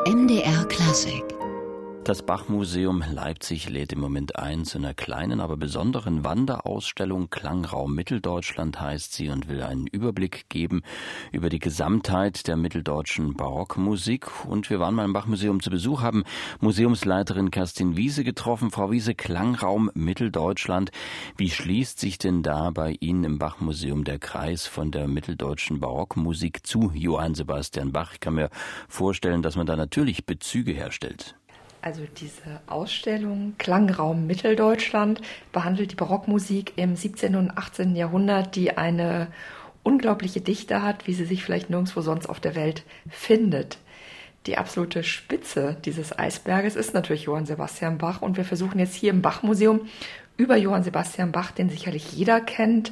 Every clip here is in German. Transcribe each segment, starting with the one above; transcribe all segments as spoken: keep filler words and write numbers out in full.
M D R Klassik. Das Bach-Museum Leipzig lädt im Moment ein zu einer kleinen, aber besonderen Wanderausstellung. Klangraum Mitteldeutschland heißt sie und will einen Überblick geben über die Gesamtheit der mitteldeutschen Barockmusik. Und wir waren mal im Bach-Museum zu Besuch, haben Museumsleiterin Kerstin Wiese getroffen. Frau Wiese, Klangraum Mitteldeutschland. Wie schließt sich denn da bei Ihnen im Bach-Museum der Kreis von der mitteldeutschen Barockmusik zu Johann Sebastian Bach? Ich kann mir vorstellen, dass man da natürlich Bezüge herstellt. Also diese Ausstellung Klangraum Mitteldeutschland behandelt die Barockmusik im siebzehnten und achtzehnten Jahrhundert, die eine unglaubliche Dichte hat, wie sie sich vielleicht nirgendwo sonst auf der Welt findet. Die absolute Spitze dieses Eisberges ist natürlich Johann Sebastian Bach, und wir versuchen jetzt hier im Bach-Museum über Johann Sebastian Bach, den sicherlich jeder kennt,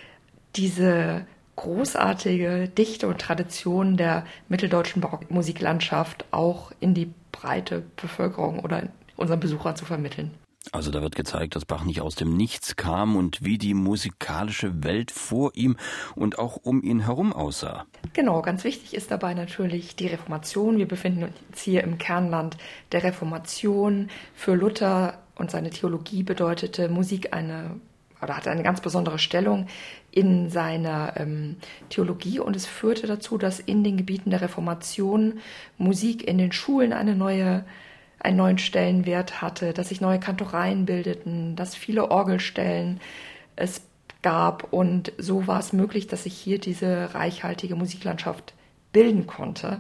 diese großartige Dichte und Tradition der mitteldeutschen Barockmusiklandschaft auch in die breite Bevölkerung oder unseren Besuchern zu vermitteln. Also da wird gezeigt, dass Bach nicht aus dem Nichts kam und wie die musikalische Welt vor ihm und auch um ihn herum aussah. Genau, ganz wichtig ist dabei natürlich die Reformation. Wir befinden uns hier im Kernland der Reformation. Für Luther und seine Theologie bedeutete Musik eine oder hatte eine ganz besondere Stellung in seiner ähm, Theologie, und es führte dazu, dass in den Gebieten der Reformation Musik in den Schulen eine neue, einen neuen Stellenwert hatte, dass sich neue Kantoreien bildeten, dass viele Orgelstellen es gab, und so war es möglich, dass sich hier diese reichhaltige Musiklandschaft bilden konnte.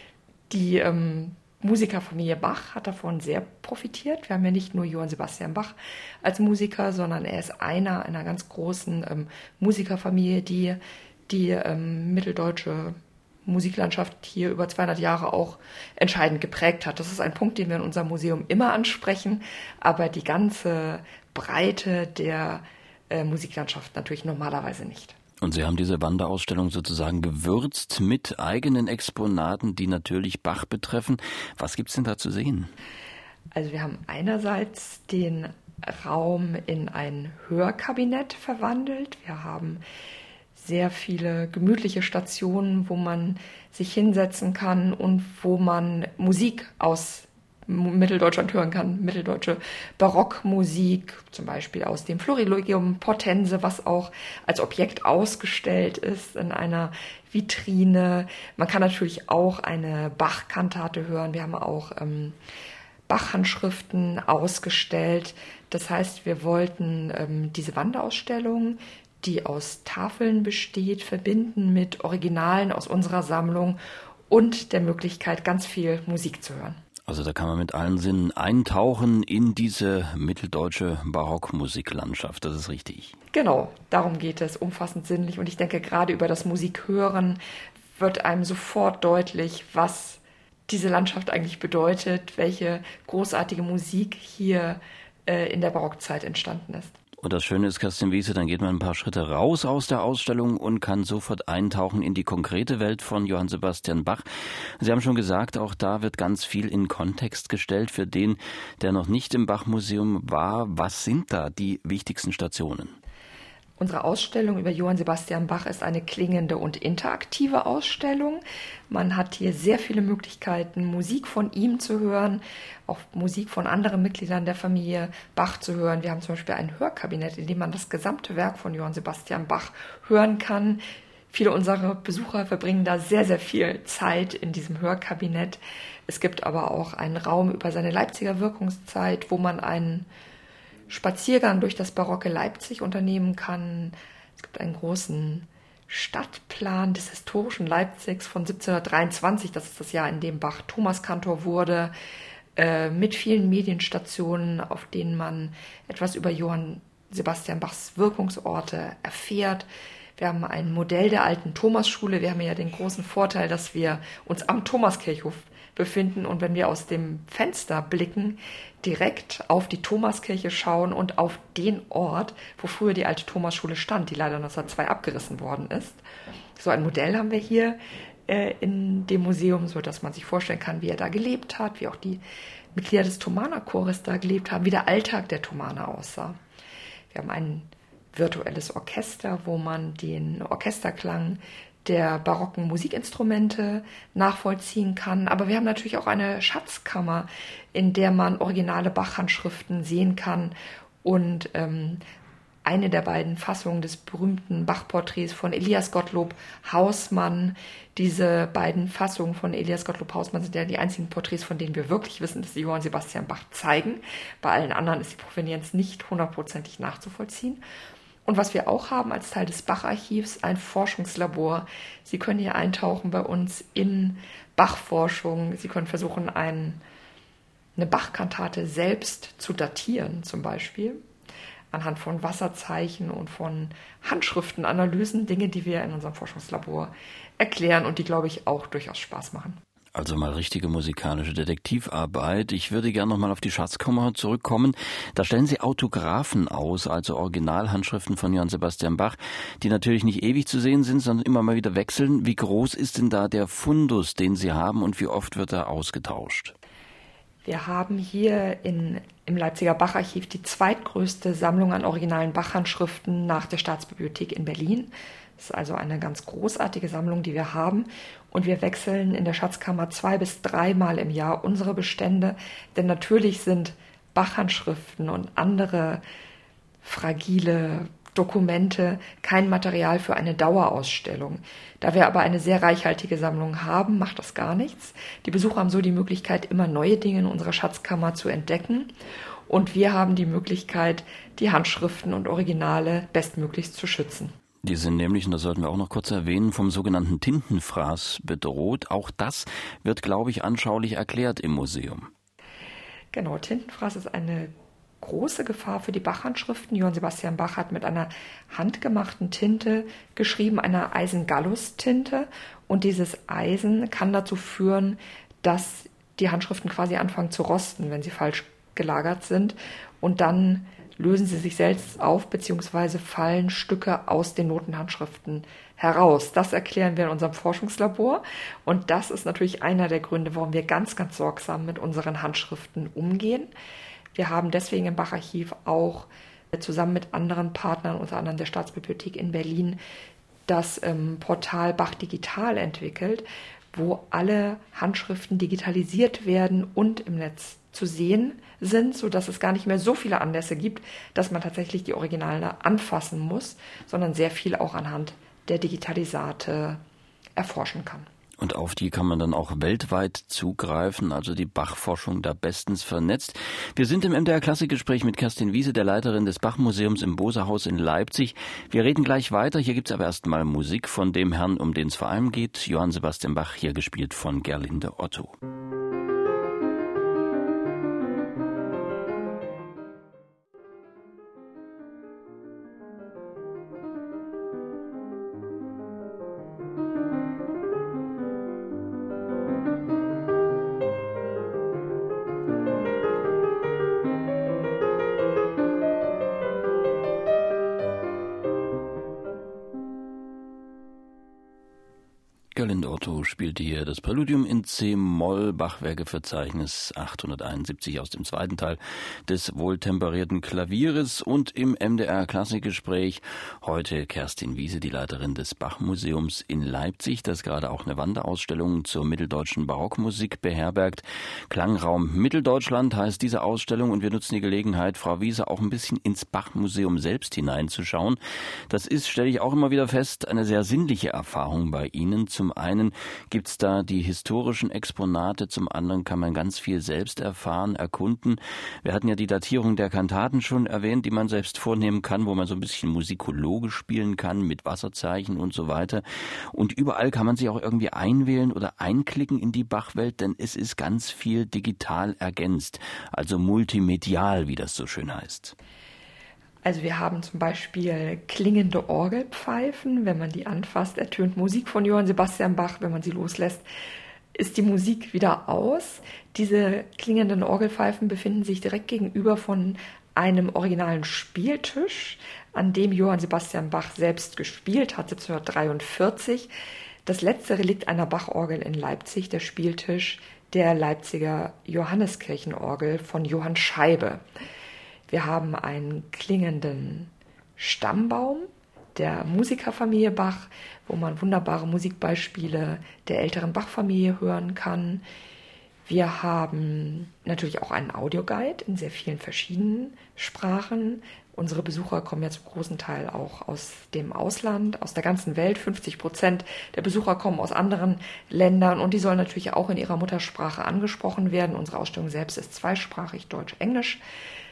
Die ähm, Musikerfamilie Bach hat davon sehr profitiert. Wir haben ja nicht nur Johann Sebastian Bach als Musiker, sondern er ist einer einer ganz großen ähm, Musikerfamilie, die die ähm, mitteldeutsche Musiklandschaft hier über zweihundert Jahre auch entscheidend geprägt hat. Das ist ein Punkt, den wir in unserem Museum immer ansprechen, aber die ganze Breite der äh, Musiklandschaft natürlich normalerweise nicht. Und Sie haben diese Wanderausstellung sozusagen gewürzt mit eigenen Exponaten, die natürlich Bach betreffen. Was gibt's denn da zu sehen? Also wir haben einerseits den Raum in ein Hörkabinett verwandelt. Wir haben sehr viele gemütliche Stationen, wo man sich hinsetzen kann und wo man Musik aus Mitteldeutschland hören kann, mitteldeutsche Barockmusik, zum Beispiel aus dem Florilegium Portense, was auch als Objekt ausgestellt ist in einer Vitrine. Man kann natürlich auch eine Bach-Kantate hören. Wir haben auch ähm, Bach-Handschriften ausgestellt. Das heißt, wir wollten ähm, diese Wanderausstellung, die aus Tafeln besteht, verbinden mit Originalen aus unserer Sammlung und der Möglichkeit, ganz viel Musik zu hören. Also da kann man mit allen Sinnen eintauchen in diese mitteldeutsche Barockmusiklandschaft, das ist richtig. Genau, darum geht es, umfassend sinnlich. Und ich denke, gerade über das Musikhören wird einem sofort deutlich, was diese Landschaft eigentlich bedeutet, welche großartige Musik hier äh, in der Barockzeit entstanden ist. Und das Schöne ist, Kerstin Wiese, dann geht man ein paar Schritte raus aus der Ausstellung und kann sofort eintauchen in die konkrete Welt von Johann Sebastian Bach. Sie haben schon gesagt, auch da wird ganz viel in Kontext gestellt für den, der noch nicht im Bach-Museum war. Was sind da die wichtigsten Stationen? Unsere Ausstellung über Johann Sebastian Bach ist eine klingende und interaktive Ausstellung. Man hat hier sehr viele Möglichkeiten, Musik von ihm zu hören, auch Musik von anderen Mitgliedern der Familie Bach zu hören. Wir haben zum Beispiel ein Hörkabinett, in dem man das gesamte Werk von Johann Sebastian Bach hören kann. Viele unserer Besucher verbringen da sehr, sehr viel Zeit in diesem Hörkabinett. Es gibt aber auch einen Raum über seine Leipziger Wirkungszeit, wo man einen Spaziergang durch das barocke Leipzig unternehmen kann. Es gibt einen großen Stadtplan des historischen Leipzigs von siebzehnhundertdreiundzwanzig, das ist das Jahr, in dem Bach Thomaskantor wurde, äh, mit vielen Medienstationen, auf denen man etwas über Johann Sebastian Bachs Wirkungsorte erfährt. Wir haben ein Modell der alten Thomasschule. Wir haben ja den großen Vorteil, dass wir uns am Thomaskirchhof befinden, und wenn wir aus dem Fenster blicken, direkt auf die Thomaskirche schauen und auf den Ort, wo früher die alte Thomasschule stand, die leider neunzehnhundertzwei abgerissen worden ist. So ein Modell haben wir hier äh, in dem Museum, so dass man sich vorstellen kann, wie er da gelebt hat, wie auch die Mitglieder des Thomanerchores da gelebt haben, wie der Alltag der Thomaner aussah. Wir haben ein virtuelles Orchester, wo man den Orchesterklang der barocken Musikinstrumente nachvollziehen kann. Aber wir haben natürlich auch eine Schatzkammer, in der man originale Bach-Handschriften sehen kann und ähm, eine der beiden Fassungen des berühmten Bach-Porträts von Elias Gottlob Hausmann. Diese beiden Fassungen von Elias Gottlob Hausmann sind ja die einzigen Porträts, von denen wir wirklich wissen, dass sie Johann Sebastian Bach zeigen. Bei allen anderen ist die Provenienz nicht hundertprozentig nachzuvollziehen. Und was wir auch haben als Teil des Bach-Archivs, ein Forschungslabor. Sie können hier eintauchen bei uns in Bach-Forschung. Sie können versuchen, ein, eine Bach-Kantate selbst zu datieren, zum Beispiel anhand von Wasserzeichen und von Handschriftenanalysen, Dinge, die wir in unserem Forschungslabor erklären und die, glaube ich, auch durchaus Spaß machen. Also mal richtige musikalische Detektivarbeit. Ich würde gerne nochmal auf die Schatzkammer zurückkommen. Da stellen Sie Autographen aus, also Originalhandschriften von Johann Sebastian Bach, die natürlich nicht ewig zu sehen sind, sondern immer mal wieder wechseln. Wie groß ist denn da der Fundus, den Sie haben, und wie oft wird er ausgetauscht? Wir haben hier in, im Leipziger Bacharchiv die zweitgrößte Sammlung an originalen Bachhandschriften nach der Staatsbibliothek in Berlin. Das ist also eine ganz großartige Sammlung, die wir haben. Und wir wechseln in der Schatzkammer zwei bis dreimal im Jahr unsere Bestände. Denn natürlich sind Bachhandschriften und andere fragile Dokumente kein Material für eine Dauerausstellung. Da wir aber eine sehr reichhaltige Sammlung haben, macht das gar nichts. Die Besucher haben so die Möglichkeit, immer neue Dinge in unserer Schatzkammer zu entdecken. Und wir haben die Möglichkeit, die Handschriften und Originale bestmöglichst zu schützen. Die sind nämlich, und das sollten wir auch noch kurz erwähnen, vom sogenannten Tintenfraß bedroht. Auch das wird, glaube ich, anschaulich erklärt im Museum. Genau, Tintenfraß ist eine große Gefahr für die Bachhandschriften. Johann Sebastian Bach hat mit einer handgemachten Tinte geschrieben, einer Eisengallus-Tinte. Und dieses Eisen kann dazu führen, dass die Handschriften quasi anfangen zu rosten, wenn sie falsch gelagert sind. Und dann lösen sie sich selbst auf, beziehungsweise fallen Stücke aus den Notenhandschriften heraus. Das erklären wir in unserem Forschungslabor. Und das ist natürlich einer der Gründe, warum wir ganz, ganz sorgsam mit unseren Handschriften umgehen. Wir haben deswegen im Bacharchiv auch zusammen mit anderen Partnern, unter anderem der Staatsbibliothek in Berlin, das ähm, Portal Bach Digital entwickelt, wo alle Handschriften digitalisiert werden und im Netz zu sehen sind, sodass es gar nicht mehr so viele Anlässe gibt, dass man tatsächlich die Originale anfassen muss, sondern sehr viel auch anhand der Digitalisate erforschen kann. Und auf die kann man dann auch weltweit zugreifen, also die Bach-Forschung da bestens vernetzt. Wir sind im M D R Klassikgespräch mit Kerstin Wiese, der Leiterin des Bach-Museums im Boser-Haus in Leipzig. Wir reden gleich weiter. Hier gibt's aber erst mal Musik von dem Herrn, um den es vor allem geht, Johann Sebastian Bach, hier gespielt von Gerlinde Otto. Gerlinde Otto spielte hier das Präludium in C-Moll, Bachwerkeverzeichnis achthunderteinundsiebzig aus dem zweiten Teil des wohltemperierten Klavieres. Und im M D R Klassikgespräch heute Kerstin Wiese, die Leiterin des Bach-Museums in Leipzig, das gerade auch eine Wanderausstellung zur mitteldeutschen Barockmusik beherbergt. Klangraum Mitteldeutschland heißt diese Ausstellung, und wir nutzen die Gelegenheit, Frau Wiese, auch ein bisschen ins Bach-Museum selbst hineinzuschauen. Das ist, stelle ich auch immer wieder fest, eine sehr sinnliche Erfahrung bei Ihnen. Zum einen gibt's da die historischen Exponate, zum anderen kann man ganz viel selbst erfahren, erkunden. Wir hatten ja die Datierung der Kantaten schon erwähnt, die man selbst vornehmen kann, wo man so ein bisschen musikologisch spielen kann mit Wasserzeichen und so weiter. Und überall kann man sich auch irgendwie einwählen oder einklicken in die Bachwelt, denn es ist ganz viel digital ergänzt, also multimedial, wie das so schön heißt. Also wir haben zum Beispiel klingende Orgelpfeifen. Wenn man die anfasst, ertönt Musik von Johann Sebastian Bach. Wenn man sie loslässt, ist die Musik wieder aus. Diese klingenden Orgelpfeifen befinden sich direkt gegenüber von einem originalen Spieltisch, an dem Johann Sebastian Bach selbst gespielt hat, siebzehnhundertdreiundvierzig. Das letzte Relikt einer Bachorgel in Leipzig, der Spieltisch der Leipziger Johanneskirchenorgel von Johann Scheibe. Wir haben einen klingenden Stammbaum, der Musikerfamilie Bach, wo man wunderbare Musikbeispiele der älteren Bach-Familie hören kann. Wir haben natürlich auch einen Audioguide in sehr vielen verschiedenen Sprachen. Unsere Besucher kommen ja zum großen Teil auch aus dem Ausland, aus der ganzen Welt. fünfzig Prozent der Besucher kommen aus anderen Ländern und die sollen natürlich auch in ihrer Muttersprache angesprochen werden. Unsere Ausstellung selbst ist zweisprachig, Deutsch-Englisch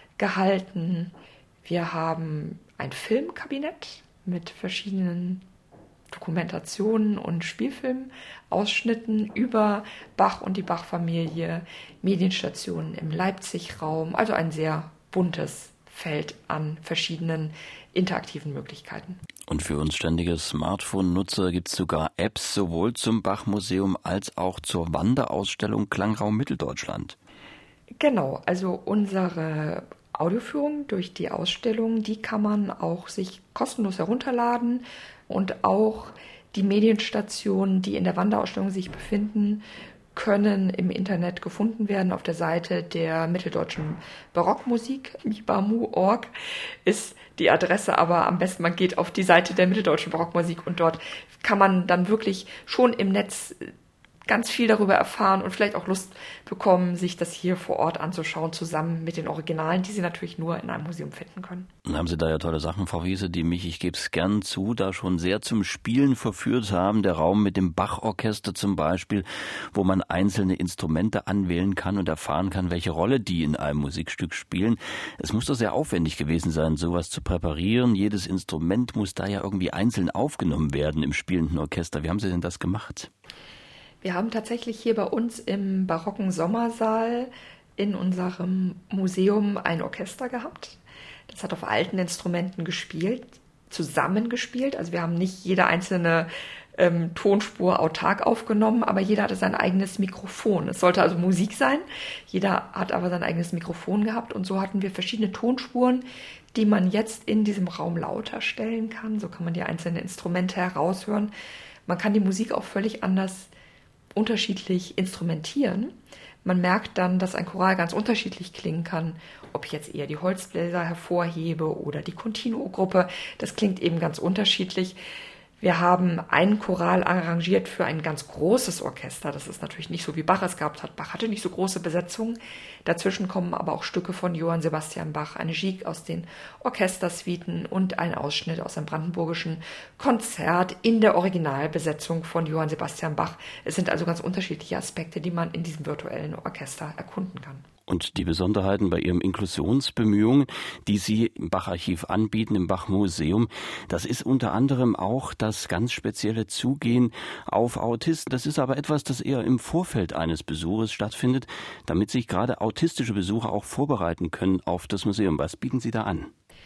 gehalten. Wir haben ein Filmkabinett mit verschiedenen Dokumentationen und Spielfilmausschnitten über Bach und die Bach-Familie, Medienstationen im Leipzig-Raum, also ein sehr buntes Feld an verschiedenen interaktiven Möglichkeiten. Und für uns ständige Smartphone-Nutzer gibt es sogar Apps sowohl zum Bach-Museum als auch zur Wanderausstellung Klangraum Mitteldeutschland. Genau, also unsere Audioführung durch die Ausstellung, die kann man auch sich kostenlos herunterladen und auch die Medienstationen, die in der Wanderausstellung sich befinden, können im Internet gefunden werden. Auf der Seite der Mitteldeutschen Barockmusik, mibamu punkt org, ist die Adresse, aber am besten man geht auf die Seite der Mitteldeutschen Barockmusik und dort kann man dann wirklich schon im Netz ganz viel darüber erfahren und vielleicht auch Lust bekommen, sich das hier vor Ort anzuschauen, zusammen mit den Originalen, die Sie natürlich nur in einem Museum finden können. Dann haben Sie da ja tolle Sachen, Frau Wiese, die mich, ich gebe es gern zu, da schon sehr zum Spielen verführt haben. Der Raum mit dem Bach-Orchester zum Beispiel, wo man einzelne Instrumente anwählen kann und erfahren kann, welche Rolle die in einem Musikstück spielen. Es muss doch sehr aufwendig gewesen sein, sowas zu präparieren. Jedes Instrument muss da ja irgendwie einzeln aufgenommen werden im spielenden Orchester. Wie haben Sie denn das gemacht? Wir haben tatsächlich hier bei uns im barocken Sommersaal in unserem Museum ein Orchester gehabt. Das hat auf alten Instrumenten gespielt, zusammengespielt. Also wir haben nicht jede einzelne ähm, Tonspur autark aufgenommen, aber jeder hatte sein eigenes Mikrofon. Es sollte also Musik sein. Jeder hat aber sein eigenes Mikrofon gehabt und so hatten wir verschiedene Tonspuren, die man jetzt in diesem Raum lauter stellen kann. So kann man die einzelnen Instrumente heraushören. Man kann die Musik auch völlig anders unterschiedlich instrumentieren. Man merkt dann, dass ein Choral ganz unterschiedlich klingen kann, ob ich jetzt eher die Holzbläser hervorhebe oder die Continuo-Gruppe. Das klingt eben ganz unterschiedlich. Wir haben einen Choral arrangiert für ein ganz großes Orchester. Das ist natürlich nicht so, wie Bach es gehabt hat. Bach hatte nicht so große Besetzungen. Dazwischen kommen aber auch Stücke von Johann Sebastian Bach, eine Gigue aus den Orchestersuiten und ein Ausschnitt aus einem brandenburgischen Konzert in der Originalbesetzung von Johann Sebastian Bach. Es sind also ganz unterschiedliche Aspekte, die man in diesem virtuellen Orchester erkunden kann. Und die Besonderheiten bei Ihren Inklusionsbemühungen, die Sie im Bach-Archiv anbieten, im Bach-Museum, das ist unter anderem auch das ganz spezielle Zugehen auf Autisten. Das ist aber etwas, das eher im Vorfeld eines Besuches stattfindet, damit sich gerade autistische Besucher auch vorbereiten können auf das Museum. Was bieten Sie da an?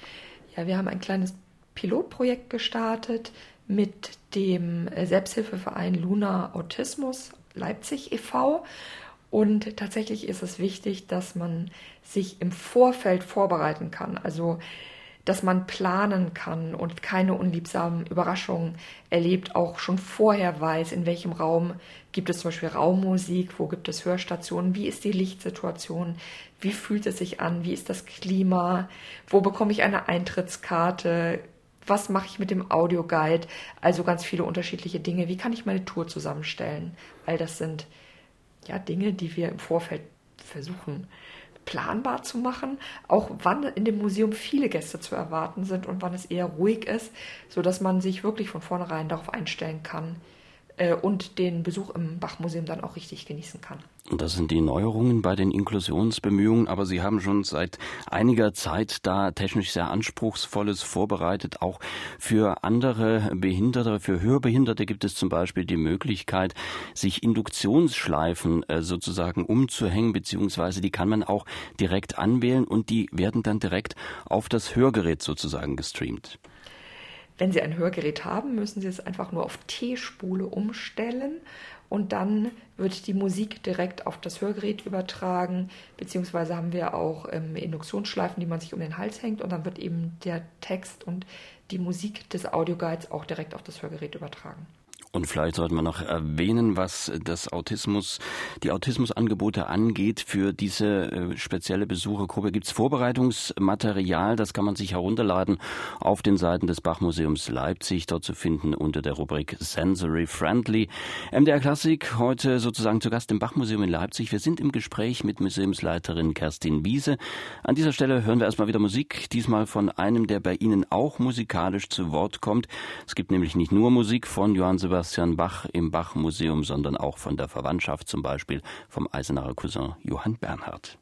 Ja, wir haben ein kleines Pilotprojekt gestartet mit dem Selbsthilfeverein Luna Autismus Leipzig e V Und tatsächlich ist es wichtig, dass man sich im Vorfeld vorbereiten kann, also dass man planen kann und keine unliebsamen Überraschungen erlebt, auch schon vorher weiß, in welchem Raum gibt es zum Beispiel Raummusik, wo gibt es Hörstationen, wie ist die Lichtsituation, wie fühlt es sich an, wie ist das Klima, wo bekomme ich eine Eintrittskarte, was mache ich mit dem Audioguide, also ganz viele unterschiedliche Dinge, wie kann ich meine Tour zusammenstellen, all das sind ja, Dinge, die wir im Vorfeld versuchen planbar zu machen, auch wann in dem Museum viele Gäste zu erwarten sind und wann es eher ruhig ist, sodass man sich wirklich von vornherein darauf einstellen kann äh, und den Besuch im Bach-Museum dann auch richtig genießen kann. Und das sind die Neuerungen bei den Inklusionsbemühungen, aber Sie haben schon seit einiger Zeit da technisch sehr Anspruchsvolles vorbereitet. Auch für andere Behinderte, für Hörbehinderte gibt es zum Beispiel die Möglichkeit, sich Induktionsschleifen äh, sozusagen umzuhängen, beziehungsweise die kann man auch direkt anwählen und die werden dann direkt auf das Hörgerät sozusagen gestreamt. Wenn Sie ein Hörgerät haben, müssen Sie es einfach nur auf T-Spule umstellen und dann wird die Musik direkt auf das Hörgerät übertragen, beziehungsweise haben wir auch ähm, Induktionsschleifen, die man sich um den Hals hängt und dann wird eben der Text und die Musik des Audioguides auch direkt auf das Hörgerät übertragen. Und vielleicht sollten wir noch erwähnen, was das Autismus, die Autismusangebote angeht. Für diese äh, spezielle Besuchergruppe gibt es Vorbereitungsmaterial. Das kann man sich herunterladen auf den Seiten des Bach-Museums Leipzig. Dort zu finden unter der Rubrik Sensory Friendly. M D R Klassik heute sozusagen zu Gast im Bach-Museum in Leipzig. Wir sind im Gespräch mit Museumsleiterin Kerstin Wiese. An dieser Stelle hören wir erstmal wieder Musik. Diesmal von einem, der bei Ihnen auch musikalisch zu Wort kommt. Es gibt nämlich nicht nur Musik von Johann Sebastian Bach im Bach-Museum, sondern auch von der Verwandtschaft, zum Beispiel vom Eisenacher Cousin Johann Bernhard.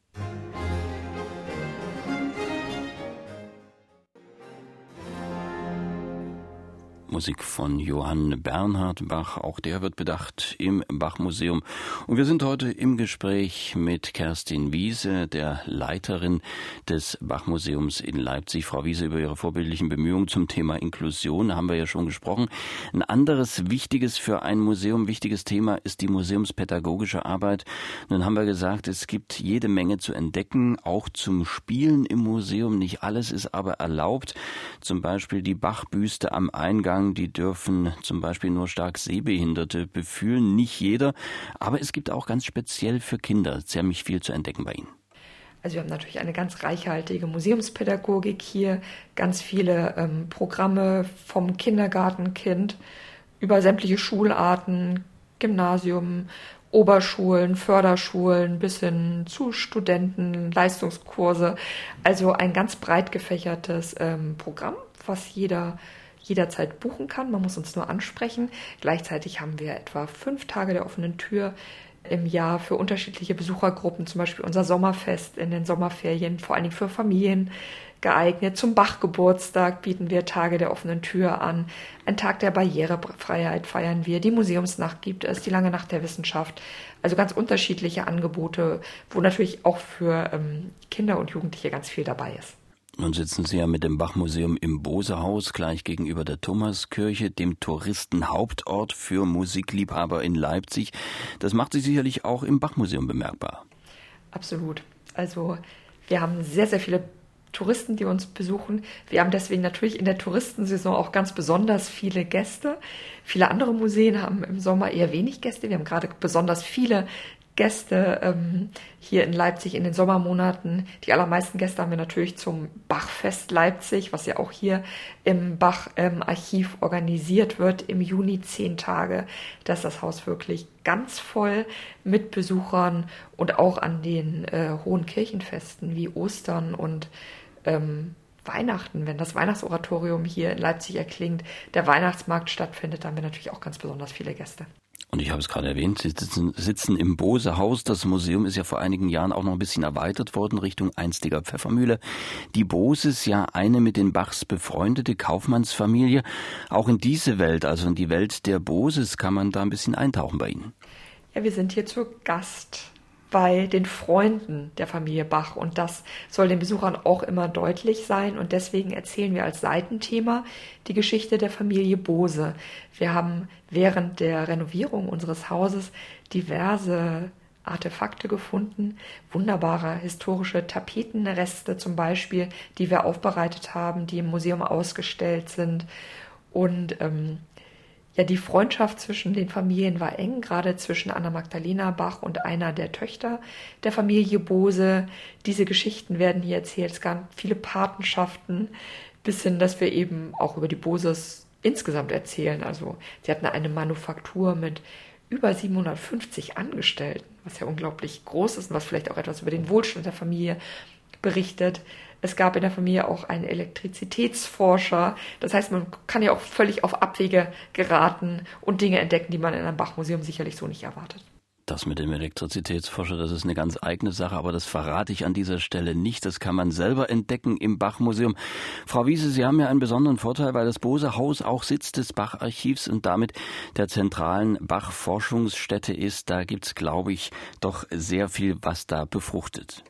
Musik von Johann Bernhard Bach, auch der wird bedacht im Bach-Museum. Und wir sind heute im Gespräch mit Kerstin Wiese, der Leiterin des Bach-Museums in Leipzig. Frau Wiese, über Ihre vorbildlichen Bemühungen zum Thema Inklusion haben wir ja schon gesprochen. Ein anderes wichtiges für ein Museum, wichtiges Thema ist die museumspädagogische Arbeit. Nun haben wir gesagt, es gibt jede Menge zu entdecken, auch zum Spielen im Museum. Nicht alles ist aber erlaubt. Zum Beispiel die Bach-Büste am Eingang. Die dürfen zum Beispiel nur stark Sehbehinderte befühlen, nicht jeder. Aber es gibt auch ganz speziell für Kinder ziemlich viel zu entdecken bei Ihnen. Also wir haben natürlich eine ganz reichhaltige Museumspädagogik hier, ganz viele ähm, Programme vom Kindergartenkind über sämtliche Schularten, Gymnasium, Oberschulen, Förderschulen bis hin zu Studenten, Leistungskurse. Also ein ganz breit gefächertes ähm, Programm, was jeder jederzeit buchen kann. Man muss uns nur ansprechen. Gleichzeitig haben wir etwa fünf Tage der offenen Tür im Jahr für unterschiedliche Besuchergruppen, zum Beispiel unser Sommerfest in den Sommerferien, vor allen Dingen für Familien geeignet. Zum Bach-Geburtstag bieten wir Tage der offenen Tür an. Ein Tag der Barrierefreiheit feiern wir. Die Museumsnacht gibt es, die lange Nacht der Wissenschaft. Also ganz unterschiedliche Angebote, wo natürlich auch für ähm, Kinder und Jugendliche ganz viel dabei ist. Nun sitzen Sie ja mit dem Bach-Museum im Bose-Haus, gleich gegenüber der Thomaskirche, dem Touristenhauptort für Musikliebhaber in Leipzig. Das macht sich sicherlich auch im Bach-Museum bemerkbar. Absolut. Also wir haben sehr, sehr viele Touristen, die uns besuchen. Wir haben deswegen natürlich in der Touristensaison auch ganz besonders viele Gäste. Viele andere Museen haben im Sommer eher wenig Gäste. Wir haben gerade besonders viele Gäste ähm, hier in Leipzig in den Sommermonaten. Die allermeisten Gäste haben wir natürlich zum Bachfest Leipzig, was ja auch hier im Bach-Archiv ähm, organisiert wird. Im Juni zehn Tage. Da ist das Haus wirklich ganz voll mit Besuchern und auch an den äh, hohen Kirchenfesten wie Ostern und ähm, Weihnachten, wenn das Weihnachtsoratorium hier in Leipzig erklingt, der Weihnachtsmarkt stattfindet, da haben wir natürlich auch ganz besonders viele Gäste. Und ich habe es gerade erwähnt, Sie sitzen, sitzen im Bose-Haus. Das Museum ist ja vor einigen Jahren auch noch ein bisschen erweitert worden Richtung einstiger Pfeffermühle. Die Boses, ja eine mit den Bachs befreundete Kaufmannsfamilie. Auch in diese Welt, also in die Welt der Boses, kann man da ein bisschen eintauchen bei Ihnen. Ja, wir sind hier zu Gast bei den Freunden der Familie Bach und das soll den Besuchern auch immer deutlich sein und deswegen erzählen wir als Seitenthema die Geschichte der Familie Bose. Wir haben während der Renovierung unseres Hauses diverse Artefakte gefunden, wunderbare historische Tapetenreste zum Beispiel, die wir aufbereitet haben, die im Museum ausgestellt sind und ähm, Ja, die Freundschaft zwischen den Familien war eng, gerade zwischen Anna Magdalena Bach und einer der Töchter der Familie Bose. Diese Geschichten werden hier erzählt, es gab viele Patenschaften, bis hin, dass wir eben auch über die Boses insgesamt erzählen. Also sie hatten eine Manufaktur mit über siebenhundertfünfzig Angestellten, was ja unglaublich groß ist und was vielleicht auch etwas über den Wohlstand der Familie berichtet. Es gab in der Familie auch einen Elektrizitätsforscher. Das heißt, man kann ja auch völlig auf Abwege geraten und Dinge entdecken, die man in einem Bachmuseum sicherlich so nicht erwartet. Das mit dem Elektrizitätsforscher, das ist eine ganz eigene Sache, aber das verrate ich an dieser Stelle nicht. Das kann man selber entdecken im Bachmuseum. Frau Wiese, Sie haben ja einen besonderen Vorteil, weil das Bose-Haus auch Sitz des Bacharchivs und damit der zentralen Bach-Forschungsstätte ist. Da gibt's, glaube ich, doch sehr viel, was da befruchtet.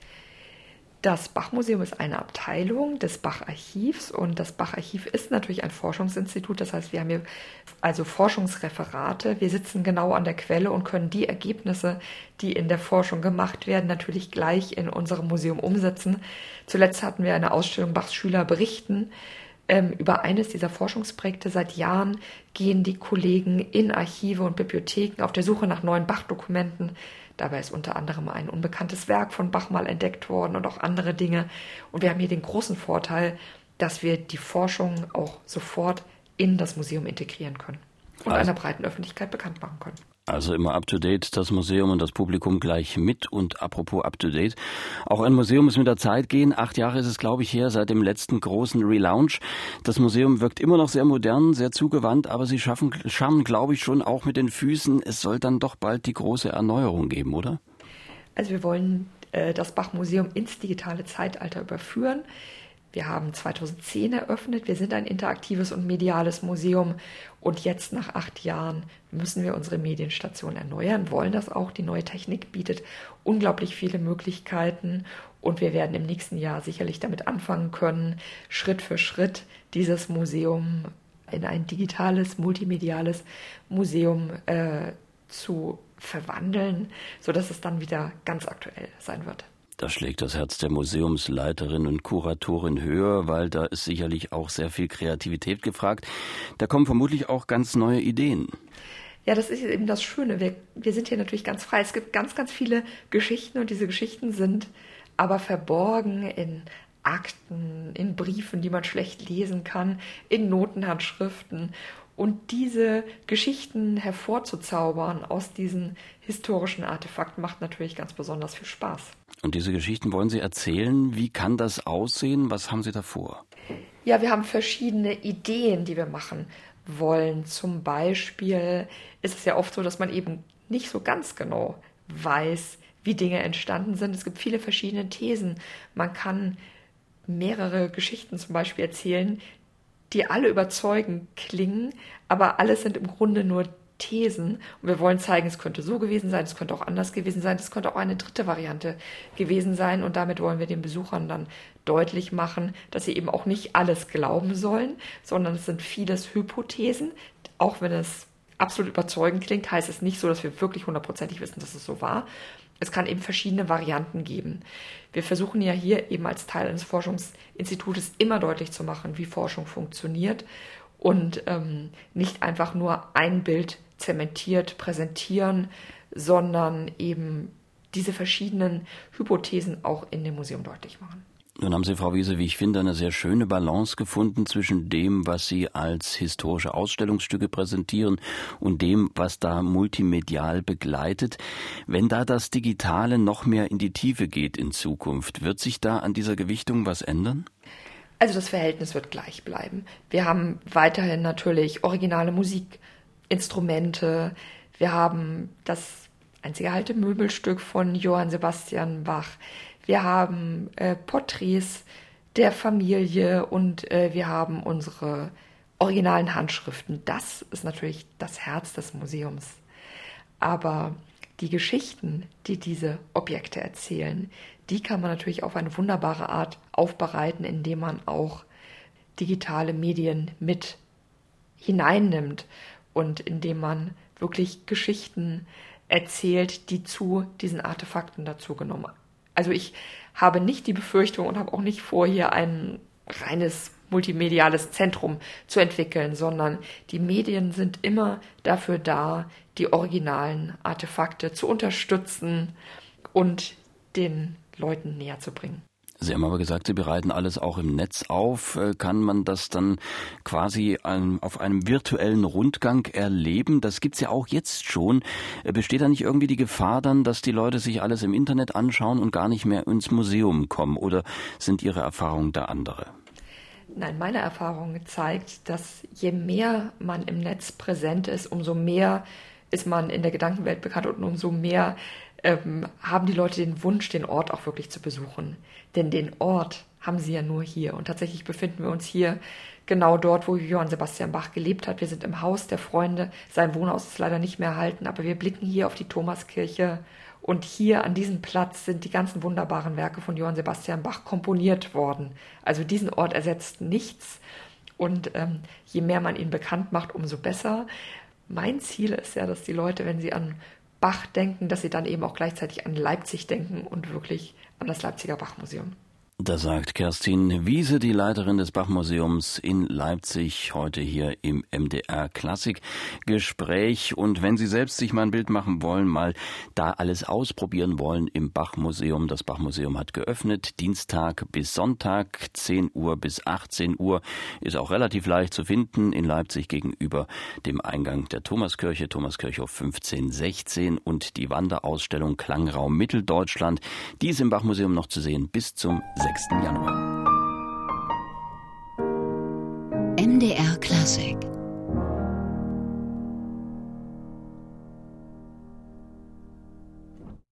Das Bachmuseum ist eine Abteilung des Bacharchivs und das Bacharchiv ist natürlich ein Forschungsinstitut. Das heißt, wir haben hier also Forschungsreferate. Wir sitzen genau an der Quelle und können die Ergebnisse, die in der Forschung gemacht werden, natürlich gleich in unserem Museum umsetzen. Zuletzt hatten wir eine Ausstellung Bachs Schüler berichten Ähm, über eines dieser Forschungsprojekte seit Jahren gehen die Kollegen in Archive und Bibliotheken auf der Suche nach neuen Bach-Dokumenten. Dabei ist unter anderem ein unbekanntes Werk von Bach mal entdeckt worden und auch andere Dinge. Und wir haben hier den großen Vorteil, dass wir die Forschung auch sofort in das Museum integrieren können und also, einer breiten Öffentlichkeit bekannt machen können. Also immer up-to-date, das Museum und das Publikum gleich mit. Und apropos up-to-date, auch ein Museum muss mit der Zeit gehen. Acht Jahre ist es, glaube ich, her, seit dem letzten großen Relaunch. Das Museum wirkt immer noch sehr modern, sehr zugewandt, aber Sie schaffen, schaffen, glaube ich, schon auch mit den Füßen. Es soll dann doch bald die große Erneuerung geben, oder? Also wir wollen äh, das Bach-Museum ins digitale Zeitalter überführen. Wir haben zweitausendzehn eröffnet, wir sind ein interaktives und mediales Museum und jetzt nach acht Jahren müssen wir unsere Medienstation erneuern, wollen das auch. Die neue Technik bietet unglaublich viele Möglichkeiten und wir werden im nächsten Jahr sicherlich damit anfangen können, Schritt für Schritt dieses Museum in ein digitales, multimediales Museum äh, zu verwandeln, sodass es dann wieder ganz aktuell sein wird. Da schlägt das Herz der Museumsleiterin und Kuratorin höher, weil da ist sicherlich auch sehr viel Kreativität gefragt. Da kommen vermutlich auch ganz neue Ideen. Ja, das ist eben das Schöne. Wir, wir sind hier natürlich ganz frei. Es gibt ganz, ganz viele Geschichten und diese Geschichten sind aber verborgen in Akten, in Briefen, die man schlecht lesen kann, in Notenhandschriften. Und diese Geschichten hervorzuzaubern aus diesen historischen Artefakten macht natürlich ganz besonders viel Spaß. Und diese Geschichten wollen Sie erzählen? Wie kann das aussehen? Was haben Sie da vor? Ja, wir haben verschiedene Ideen, die wir machen wollen. Zum Beispiel ist es ja oft so, dass man eben nicht so ganz genau weiß, wie Dinge entstanden sind. Es gibt viele verschiedene Thesen. Man kann mehrere Geschichten zum Beispiel erzählen, die alle überzeugend klingen, aber alles sind im Grunde nur Thesen. Und wir wollen zeigen, es könnte so gewesen sein, es könnte auch anders gewesen sein, es könnte auch eine dritte Variante gewesen sein. Und damit wollen wir den Besuchern dann deutlich machen, dass sie eben auch nicht alles glauben sollen, sondern es sind vieles Hypothesen. Auch wenn es absolut überzeugend klingt, heißt es nicht so, dass wir wirklich hundertprozentig wissen, dass es so war. Es kann eben verschiedene Varianten geben. Wir versuchen ja hier eben als Teil eines Forschungsinstitutes immer deutlich zu machen, wie Forschung funktioniert und ähm, nicht einfach nur ein Bild zementiert präsentieren, sondern eben diese verschiedenen Hypothesen auch in dem Museum deutlich machen. Nun haben Sie, Frau Wiese, wie ich finde, eine sehr schöne Balance gefunden zwischen dem, was Sie als historische Ausstellungsstücke präsentieren und dem, was da multimedial begleitet. Wenn da das Digitale noch mehr in die Tiefe geht in Zukunft, wird sich da an dieser Gewichtung was ändern? Also das Verhältnis wird gleich bleiben. Wir haben weiterhin natürlich originale Musikinstrumente. Wir haben das einzige alte Möbelstück von Johann Sebastian Bach. Wir haben äh, Porträts der Familie und äh, wir haben unsere originalen Handschriften. Das ist natürlich das Herz des Museums. Aber die Geschichten, die diese Objekte erzählen, die kann man natürlich auf eine wunderbare Art aufbereiten, indem man auch digitale Medien mit hineinnimmt und indem man wirklich Geschichten erzählt, die zu diesen Artefakten dazugenommen haben. Also ich habe nicht die Befürchtung und habe auch nicht vor, hier ein reines multimediales Zentrum zu entwickeln, sondern die Medien sind immer dafür da, die originalen Artefakte zu unterstützen und den Leuten näher zu bringen. Sie haben aber gesagt, Sie bereiten alles auch im Netz auf. Kann man das dann quasi auf einem virtuellen Rundgang erleben? Das gibt's ja auch jetzt schon. Besteht da nicht irgendwie die Gefahr dann, dass die Leute sich alles im Internet anschauen und gar nicht mehr ins Museum kommen? Oder sind Ihre Erfahrungen da andere? Nein, meine Erfahrung zeigt, dass je mehr man im Netz präsent ist, umso mehr ist man in der Gedankenwelt bekannt und umso mehr ähm, haben die Leute den Wunsch, den Ort auch wirklich zu besuchen. Denn den Ort haben sie ja nur hier. Und tatsächlich befinden wir uns hier genau dort, wo Johann Sebastian Bach gelebt hat. Wir sind im Haus der Freunde. Sein Wohnhaus ist leider nicht mehr erhalten, aber wir blicken hier auf die Thomaskirche. Und hier an diesem Platz sind die ganzen wunderbaren Werke von Johann Sebastian Bach komponiert worden. Also diesen Ort ersetzt nichts. Und ähm, je mehr man ihn bekannt macht, umso besser. Mein Ziel ist ja, dass die Leute, wenn sie an Bach denken, dass sie dann eben auch gleichzeitig an Leipzig denken und wirklich an das Leipziger Bachmuseum. Das sagt Kerstin Wiese, die Leiterin des Bach-Museums in Leipzig, heute hier im M D R Klassik Gespräch. Und wenn Sie selbst sich mal ein Bild machen wollen, mal da alles ausprobieren wollen im Bach-Museum. Das Bach-Museum hat geöffnet, Dienstag bis Sonntag, zehn Uhr bis achtzehn Uhr. Ist auch relativ leicht zu finden in Leipzig gegenüber dem Eingang der Thomaskirche, Thomaskirchhof fünfzehn sechzehn, und die Wanderausstellung Klangraum Mitteldeutschland. Die ist im Bach-Museum noch zu sehen bis zum sechsten Januar. M D R Klassik.